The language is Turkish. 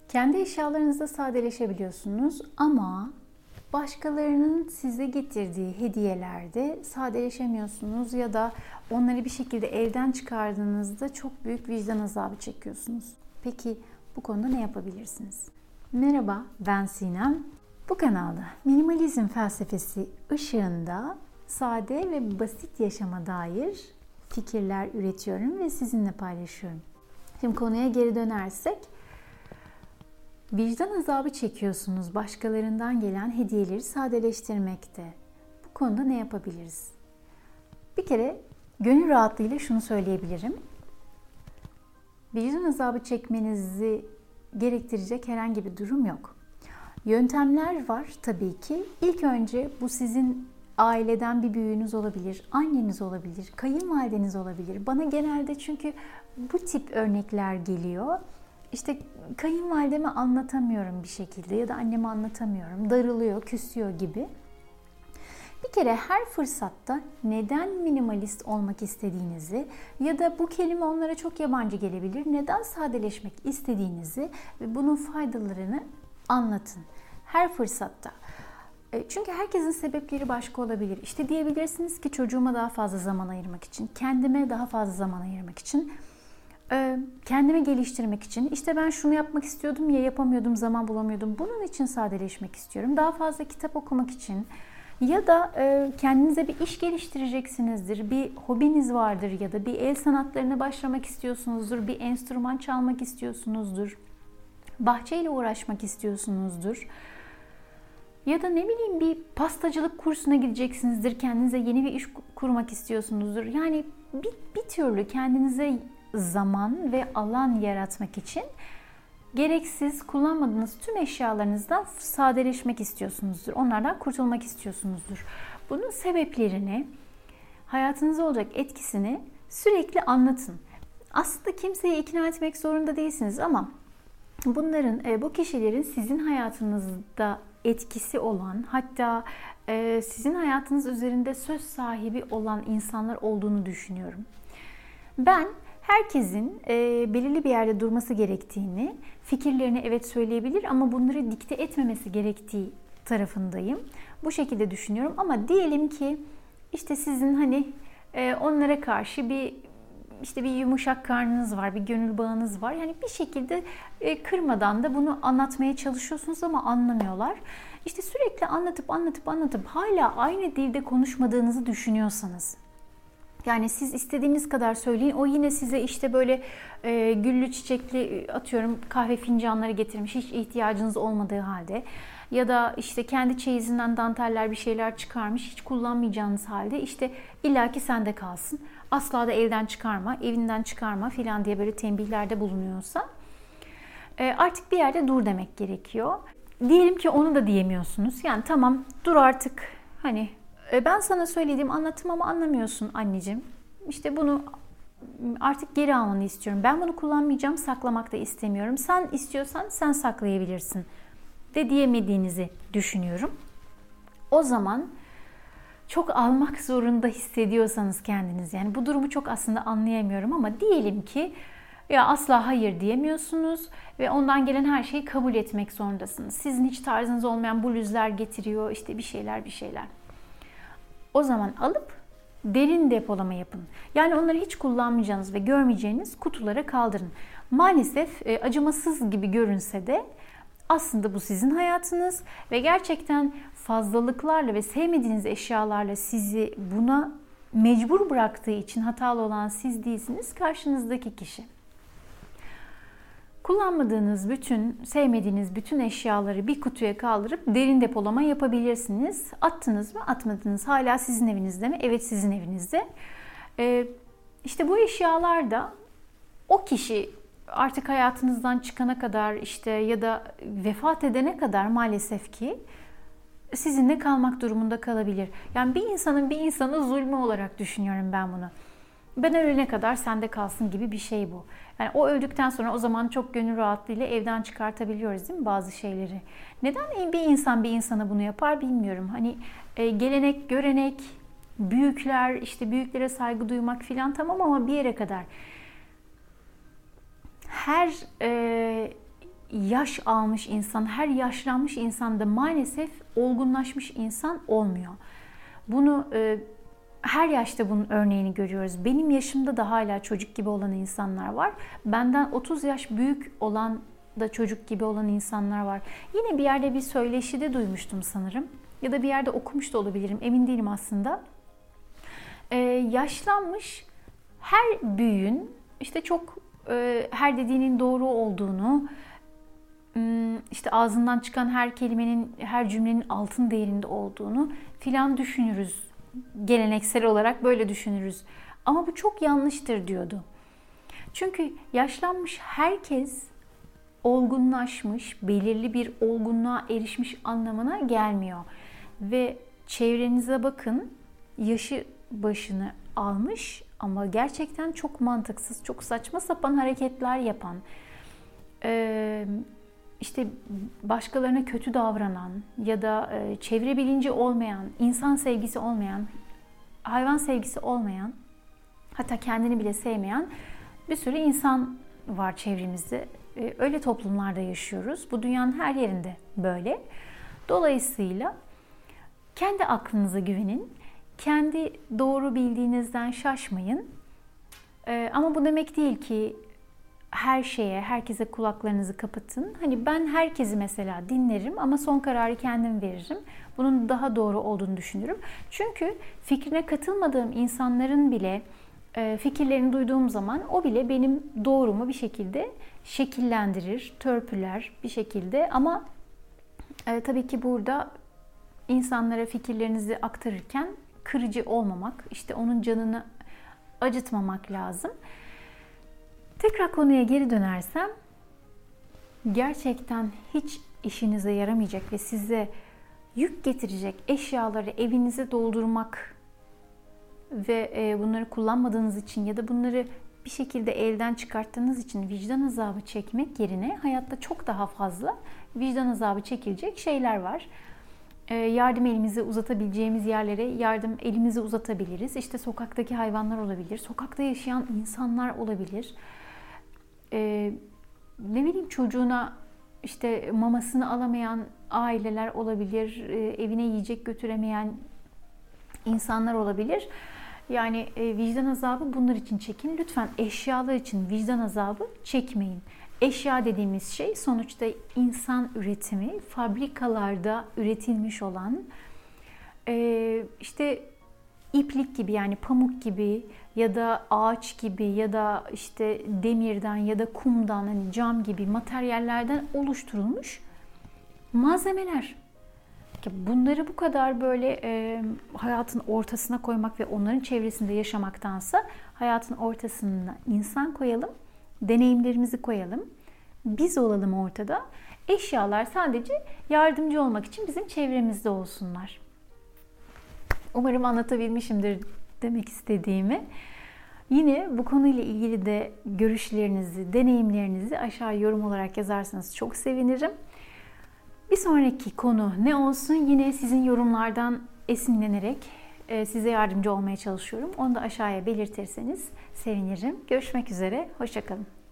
Kendi eşyalarınızda sadeleşebiliyorsunuz ama başkalarının size getirdiği hediyelerde sadeleşemiyorsunuz ya da onları bir şekilde evden çıkardığınızda çok büyük vicdan azabı çekiyorsunuz. Peki bu konuda ne yapabilirsiniz? Merhaba, ben Sinem. Bu kanalda minimalizm felsefesi ışığında sade ve basit yaşama dair fikirler üretiyorum ve sizinle paylaşıyorum. Şimdi konuya geri dönersek, vicdan azabı çekiyorsunuz başkalarından gelen hediyeleri sadeleştirmekte. Bu konuda ne yapabiliriz? Bir kere gönül rahatlığıyla şunu söyleyebilirim. Vicdan azabı çekmenizi gerektirecek herhangi bir durum yok. Yöntemler var tabii ki. İlk önce bu sizin aileden bir büyüğünüz olabilir, anneniz olabilir, kayınvalideniz olabilir. Bana genelde çünkü bu tip örnekler geliyor. İşte kayınvalideme anlatamıyorum bir şekilde ya da anneme anlatamıyorum, darılıyor, küsüyor gibi. Bir kere her fırsatta neden minimalist olmak istediğinizi ya da bu kelime onlara çok yabancı gelebilir, neden sadeleşmek istediğinizi ve bunun faydalarını anlatın. Her fırsatta. Çünkü herkesin sebepleri başka olabilir. İşte diyebilirsiniz ki çocuğuma daha fazla zaman ayırmak için, kendime daha fazla zaman ayırmak için, kendimi geliştirmek için, işte ben şunu yapmak istiyordum ya yapamıyordum, zaman bulamıyordum. Bunun için sadeleşmek istiyorum. Daha fazla kitap okumak için ya da kendinize bir iş geliştireceksinizdir. Bir hobiniz vardır ya da bir el sanatlarına başlamak istiyorsunuzdur. Bir enstrüman çalmak istiyorsunuzdur. Bahçeyle uğraşmak istiyorsunuzdur. Ya da ne bileyim bir pastacılık kursuna gideceksinizdir. Kendinize yeni bir iş kurmak istiyorsunuzdur. Yani bir türlü kendinize zaman ve alan yaratmak için gereksiz kullanmadığınız tüm eşyalarınızdan sadeleşmek istiyorsunuzdur. Onlardan kurtulmak istiyorsunuzdur. Bunun sebeplerini, hayatınıza olacak etkisini sürekli anlatın. Aslında kimseyi ikna etmek zorunda değilsiniz ama bu kişilerin sizin hayatınızda etkisi olan, hatta sizin hayatınız üzerinde söz sahibi olan insanlar olduğunu düşünüyorum. Ben herkesin belirli bir yerde durması gerektiğini, fikirlerini evet söyleyebilir ama bunları dikte etmemesi gerektiği tarafındayım. Bu şekilde düşünüyorum ama diyelim ki işte sizin onlara karşı bir yumuşak karnınız var, bir gönül bağınız var. Yani bir şekilde kırmadan da bunu anlatmaya çalışıyorsunuz ama anlamıyorlar. İşte sürekli anlatıp hala aynı dilde konuşmadığınızı düşünüyorsanız, yani siz istediğiniz kadar söyleyin, o yine size işte böyle güllü çiçekli kahve fincanları getirmiş, hiç ihtiyacınız olmadığı halde ya da işte kendi çeyizinden danteller bir şeyler çıkarmış, hiç kullanmayacağınız halde işte illaki sende kalsın, asla da evden çıkarma, evinden çıkarma filan diye böyle tembihlerde bulunuyorsa artık bir yerde dur demek gerekiyor. Diyelim ki onu da diyemiyorsunuz. Yani tamam dur artık, ben sana söylediğim anlattım ama anlamıyorsun anneciğim. İşte bunu artık geri almanı istiyorum. Ben bunu kullanmayacağım, saklamak da istemiyorum. Sen istiyorsan sen saklayabilirsin de diyemediğinizi düşünüyorum. O zaman çok almak zorunda hissediyorsanız kendiniz, yani bu durumu çok aslında anlayamıyorum ama diyelim ki ya asla hayır diyemiyorsunuz ve ondan gelen her şeyi kabul etmek zorundasınız. Sizin hiç tarzınız olmayan bluzlar getiriyor, işte bir şeyler. O zaman alıp derin depolama yapın. Yani onları hiç kullanmayacağınız ve görmeyeceğiniz kutulara kaldırın. Maalesef acımasız gibi görünse de aslında bu sizin hayatınız ve gerçekten fazlalıklarla ve sevmediğiniz eşyalarla sizi buna mecbur bıraktığı için hatalı olan siz değilsiniz, karşınızdaki kişi. Kullanmadığınız sevmediğiniz bütün eşyaları bir kutuya kaldırıp derin depolama yapabilirsiniz. Attınız mı, atmadınız. Hala sizin evinizde mi? Evet, sizin evinizde. İşte bu eşyalar da o kişi artık hayatınızdan çıkana kadar ya da vefat edene kadar maalesef ki sizinle kalmak durumunda kalabilir. Yani bir insanın bir insana zulmü olarak düşünüyorum ben bunu. Ben ölene kadar sende kalsın gibi bir şey bu. Yani o öldükten sonra o zaman çok gönül rahatlığıyla evden çıkartabiliyoruz değil mi bazı şeyleri? Neden bir insan bir insana bunu yapar bilmiyorum. Gelenek, görenek, büyükler, büyüklere saygı duymak filan tamam ama bir yere kadar. Her yaş almış insan, her yaşlanmış insan da maalesef olgunlaşmış insan olmuyor. Bunu her yaşta bunun örneğini görüyoruz. Benim yaşımda da hala çocuk gibi olan insanlar var. Benden 30 yaş büyük olan da çocuk gibi olan insanlar var. Yine bir yerde bir söyleşide duymuştum sanırım. Ya da bir yerde okumuş da olabilirim. Emin değilim aslında. Yaşlanmış her büyüğün işte çok her dediğinin doğru olduğunu, işte ağzından çıkan her kelimenin, her cümlenin altın değerinde olduğunu filan düşünürüz. Geleneksel olarak böyle düşünürüz. Ama bu çok yanlıştır diyordu. Çünkü yaşlanmış herkes olgunlaşmış, belirli bir olgunluğa erişmiş anlamına gelmiyor. Ve çevrenize bakın, yaşı başını almış ama gerçekten çok mantıksız, çok saçma sapan hareketler yapan, işte başkalarına kötü davranan ya da çevre bilinci olmayan, insan sevgisi olmayan, hayvan sevgisi olmayan, hatta kendini bile sevmeyen bir sürü insan var çevremizde. Öyle toplumlarda yaşıyoruz. Bu dünyanın her yerinde böyle. Dolayısıyla kendi aklınıza güvenin. Kendi doğru bildiğinizden şaşmayın. Ama bu demek değil ki her şeye, herkese kulaklarınızı kapatın. Hani ben herkesi mesela dinlerim ama son kararı kendim veririm. Bunun daha doğru olduğunu düşünürüm. Çünkü fikrine katılmadığım insanların bile fikirlerini duyduğum zaman o bile benim doğrumu bir şekilde şekillendirir, törpüler bir şekilde. Ama tabii ki burada insanlara fikirlerinizi aktarırken kırıcı olmamak, işte onun canını acıtmamak lazım. Tekrar konuya geri dönersem, gerçekten hiç işinize yaramayacak ve size yük getirecek eşyaları evinize doldurmak ve bunları kullanmadığınız için ya da bunları bir şekilde elden çıkarttığınız için vicdan azabı çekmek yerine hayatta çok daha fazla vicdan azabı çekilecek şeyler var. Yardım elimizi uzatabileceğimiz yerlere yardım elimizi uzatabiliriz. İşte sokaktaki hayvanlar olabilir, sokakta yaşayan insanlar olabilir. Ne bileyim, çocuğuna işte mamasını alamayan aileler olabilir, evine yiyecek götüremeyen insanlar olabilir. Yani vicdan azabı bunlar için çekin. Lütfen eşyalar için vicdan azabı çekmeyin. Eşya dediğimiz şey sonuçta insan üretimi, fabrikalarda üretilmiş olan işte iplik gibi, yani pamuk gibi ya da ağaç gibi ya da işte demirden ya da kumdan, hani cam gibi materyallerden oluşturulmuş malzemeler. Bunları bu kadar böyle hayatın ortasına koymak ve onların çevresinde yaşamaktansa hayatın ortasına insan koyalım, deneyimlerimizi koyalım, biz olalım ortada. Eşyalar sadece yardımcı olmak için bizim çevremizde olsunlar. Umarım anlatabilmişimdir demek istediğimi. Yine bu konuyla ilgili de görüşlerinizi, deneyimlerinizi aşağı yorum olarak yazarsanız çok sevinirim. Bir sonraki konu ne olsun? Yine sizin yorumlardan esinlenerek size yardımcı olmaya çalışıyorum. Onu da aşağıya belirtirseniz sevinirim. Görüşmek üzere, hoşça kalın.